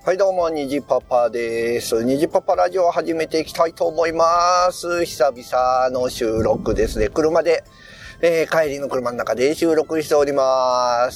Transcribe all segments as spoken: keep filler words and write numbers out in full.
はいどうも、にじパパです。にじパパラジオを始めていきたいと思います。久々の収録ですね。車で、えー、帰りの車の中で収録しております。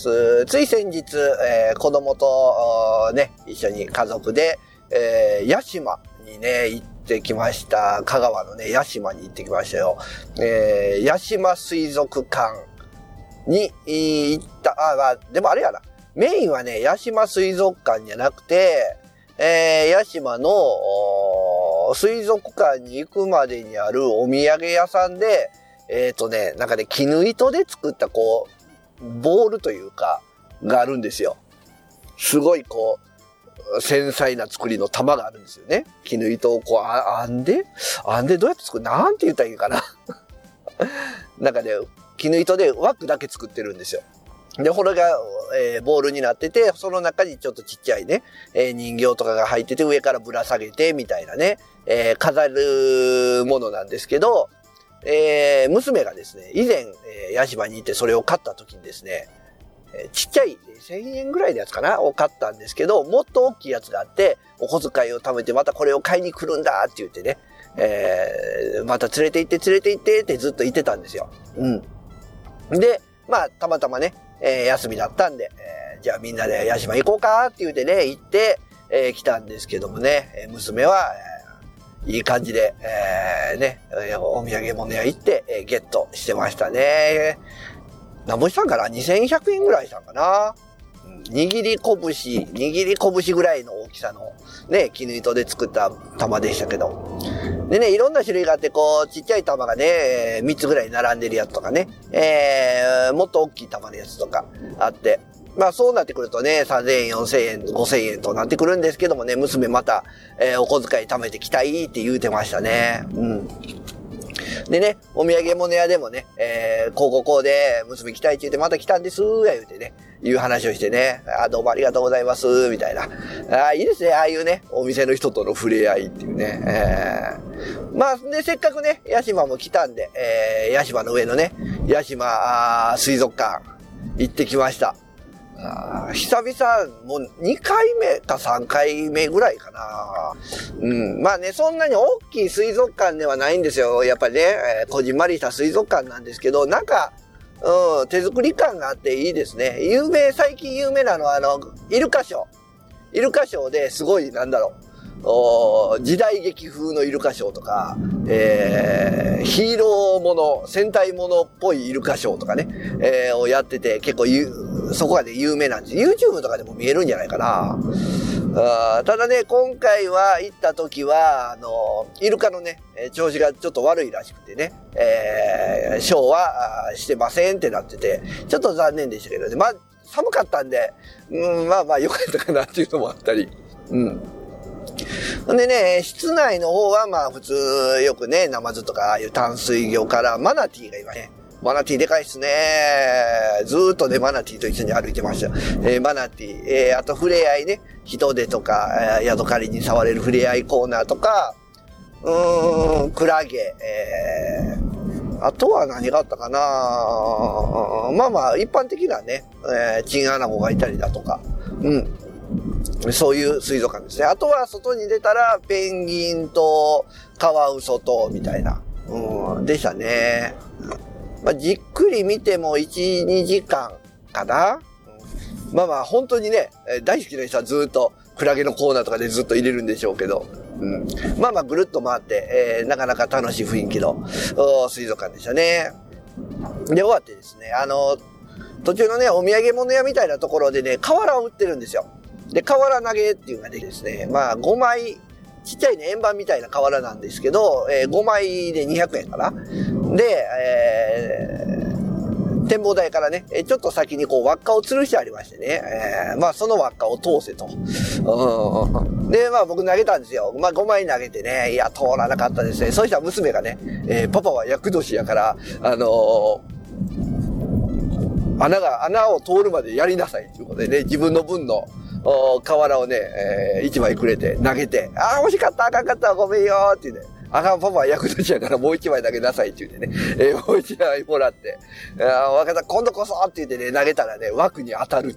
つい先日、えー、子供とね、一緒に家族で、えー、屋島にね、行ってきました。香川のね、屋島に行ってきましたよ。えー、屋島水族館に行った、あ、まあ、でもあれやな。メインはね、屋島水族館じゃなくて、えー、屋島の水族館に行くまでにあるお土産屋さんで、えっとね、なんかね、絹糸で作ったこう、ボールというか、があるんですよ。すごいこう、繊細な作りの玉があるんですよね。絹糸をこう、あ編んで編んでどうやって作るなんて言ったらいいかな。なんかね、絹糸で枠だけ作ってるんですよ。で、これが、えー、ボールになってて、その中にちょっとちっちゃいね、えー、人形とかが入ってて、上からぶら下げて、みたいなね、えー、飾るものなんですけど、えー、娘がですね、以前、えー、屋島に行ってそれを買った時にですね、えー、ちっちゃいせんえんぐらいのやつかなを買ったんですけど、もっと大きいやつがあって、お小遣いを貯めてまたこれを買いに来るんだって言ってね、えー、また連れて行って連れて行ってってずっと言ってたんですよ。うん。で、まあ、たまたまね、えー、休みだったんで、えー、じゃあみんなで屋島行こうかって言ってね、行って、えー、来たんですけどもね、えー、娘は、えー、いい感じで、えー、ね、えー、お土産物屋行って、えー、ゲットしてましたね。何本したんかな ?にせんひゃくえんぐらいしたんかな、うん、握り拳、握り拳ぐらいの大きさのね、絹糸で作った玉でしたけど。でね、いろんな種類があって、こう、ちっちゃい玉がね、みっつぐらい並んでるやつとかね、えー、もっと大きい玉のやつとかあって、まあそうなってくるとね、さんぜんえん、よんせんえん、ごせんえんとなってくるんですけどもね、娘また、えー、お小遣い貯めてきたいって言うてましたね。うん。でね、お土産物屋でもね、えー、こうこうこうで、娘来たいって言ってまた来たんです、や言うてね、いう話をしてね、あ、どうもありがとうございます、みたいな。あ、いいですね、ああいうね、お店の人との触れ合いっていうね。えー、まあ、で、せっかくね、屋島も来たんで、えー、屋島の上のね、屋島水族館、行ってきました。あ、久々、もうにかいめかさんかいめぐらいかな。うん。まあね、そんなに大きい水族館ではないんですよ。やっぱりね、えー、こじんまりした水族館なんですけど、なんか、うん、手作り感があっていいですね。有名、最近有名なのはあの、イルカショー。イルカショーですごい、なんだろう。お時代劇風のイルカショーとか、えー、ヒーローもの、戦隊ものっぽいイルカショーとかね、えー、をやってて、結構ゆ、そこがね、有名なんです。YouTube とかでも見えるんじゃないかな。あ、ただね、今回は行った時は、あの、イルカのね、調子がちょっと悪いらしくてね、えー、ショーはしてませんってなってて、ちょっと残念でしたけどね。まあ、寒かったんで、うん、まあまあ良かったかなっていうのもあったり。うん。でね、室内の方はまあ普通よくね、ナマズとかああいう淡水魚からマナティーがいますね。マナティーでかいっすね。ずーっとね、マナティーと一緒に歩いてました。えー、マナティー、えー、あと触れ合いね、人手とか、えー、ヤドカリに触れる触れ合いコーナーとか、うーん、クラゲ、えー、あとは何があったかな、まあまあ、一般的なね、えー、チンアナゴがいたりだとか、うん。そういう水族館ですね。あとは外に出たら、ペンギンと、カワウソと、みたいな、うん、でしたね。まあ、じっくり見てもいち、にじかんかな、うん、まあまあ、本当にね、大好きな人はずっと、クラゲのコーナーとかでずっと入れるんでしょうけど、うん、まあまあ、ぐるっと回って、えー、なかなか楽しい雰囲気の水族館でしたね。で、終わってですね、あの、途中のね、お土産物屋みたいなところでね、瓦を売ってるんですよ。で、瓦投げっていうのがでですね、まあごまい、ちっちゃいね、円盤みたいな瓦なんですけど、えー、ごまいでにひゃくえんかな。で、えー、展望台からね、ちょっと先にこう輪っかを吊るしてありましてね、えー、まあその輪っかを通せと。うん、で、まあ僕投げたんですよ。まあごまい投げてね、いや、通らなかったですね。そうしたら娘がね、えー、パパは厄年やから、あのー、穴が、穴を通るまでやりなさいということでね、自分の分の瓦をね、えー、一枚くれて投げて、ああ、惜しかった、あかんかった、ごめんよーって言って、あかん、パパは役立ちやからもう一枚投げなさいって言ってね、えー、もう一枚もらって、ああ、わかった、今度こそって言ってね、投げたらね、枠に当たるっていうね。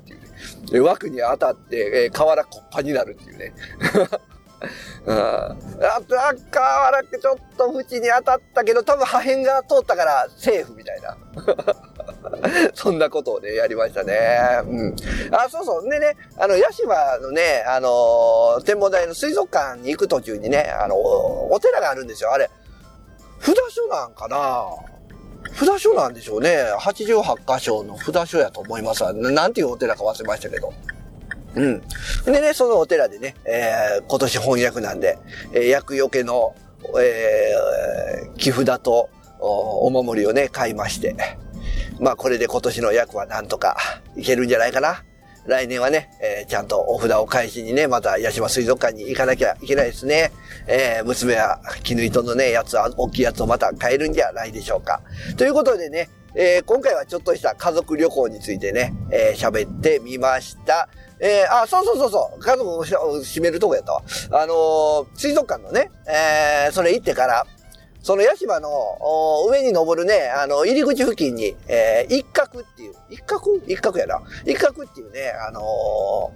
枠に当たって、えー、瓦こっぱになるっていうね。うん、あと、瓦ちょっと縁に当たったけど、多分破片が通ったからセーフみたいな。そんなことをね、やりましたね。うん。あ、そうそう。でね、あの、屋島のね、あのー、展望台の水族館に行く途中にね、あのー、お寺があるんですよ。あれ、札所なんかな？札所なんでしょうね。はちじゅうはちかしょの札所やと思いますわ。なんていうお寺か忘れましたけど。うん。でね、そのお寺でね、えー、今年翻訳なんで、えー、厄除けの、えー、木札とお、お守りをね、買いまして。まあ、これで今年の厄はなんとかいけるんじゃないかな。来年はね、えー、ちゃんとお札を返しにね、また八島水族館に行かなきゃいけないですね。えー、娘は絹糸のね、やつは、大きいやつをまた買えるんじゃないでしょうか。ということでね、えー、今回はちょっとした家族旅行についてね、えー、喋ってみました。えー、あ、そうそうそうそう、家族を締めるとこやったわ。あのー、水族館のね、えー、それ行ってから、その屋島の上に登るね、あの、入り口付近に、えー、一角っていう、一角一角やな。一角っていうね、あの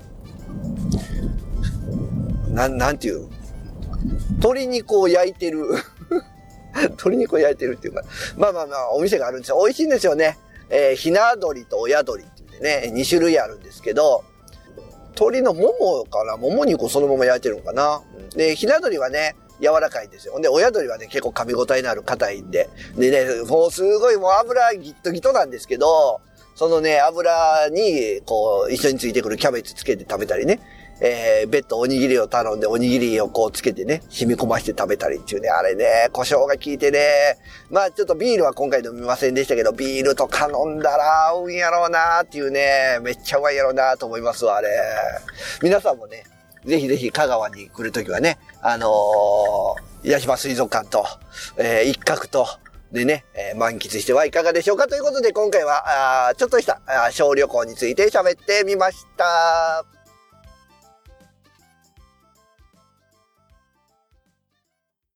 ー、なん、なんていう、鶏肉を焼いてる、鶏肉を焼いてるっていうか、まあまあまあ、お店があるんですよ。美味しいんですよね。えー、ひな鶏と親鶏って言ってね、二種類あるんですけど、鶏のももかな、もも肉をそのまま焼いてるのかな。で、ひな鶏はね、柔らかいんですよ。で、親鶏はね、結構噛み応えのある硬いんで。でね、もうすごいもう油ギットギトなんですけど、そのね、油に、こう、一緒についてくるキャベツつけて食べたりね。えー、別途おにぎりを頼んで、おにぎりをこうつけてね、染み込まして食べたりっていうね、あれね、胡椒が効いてね。まあちょっとビールは今回飲みませんでしたけど、ビールとか飲んだら合うんやろうなーっていうね、めっちゃうまいやろうなーと思いますわ、あれ。皆さんもね、ぜひぜひ香川に来るときはね、あのー、八島水族館と、えー、一角と、でね、えー、満喫してはいかがでしょうかということで、今回は、あちょっとしたあ小旅行について喋ってみました。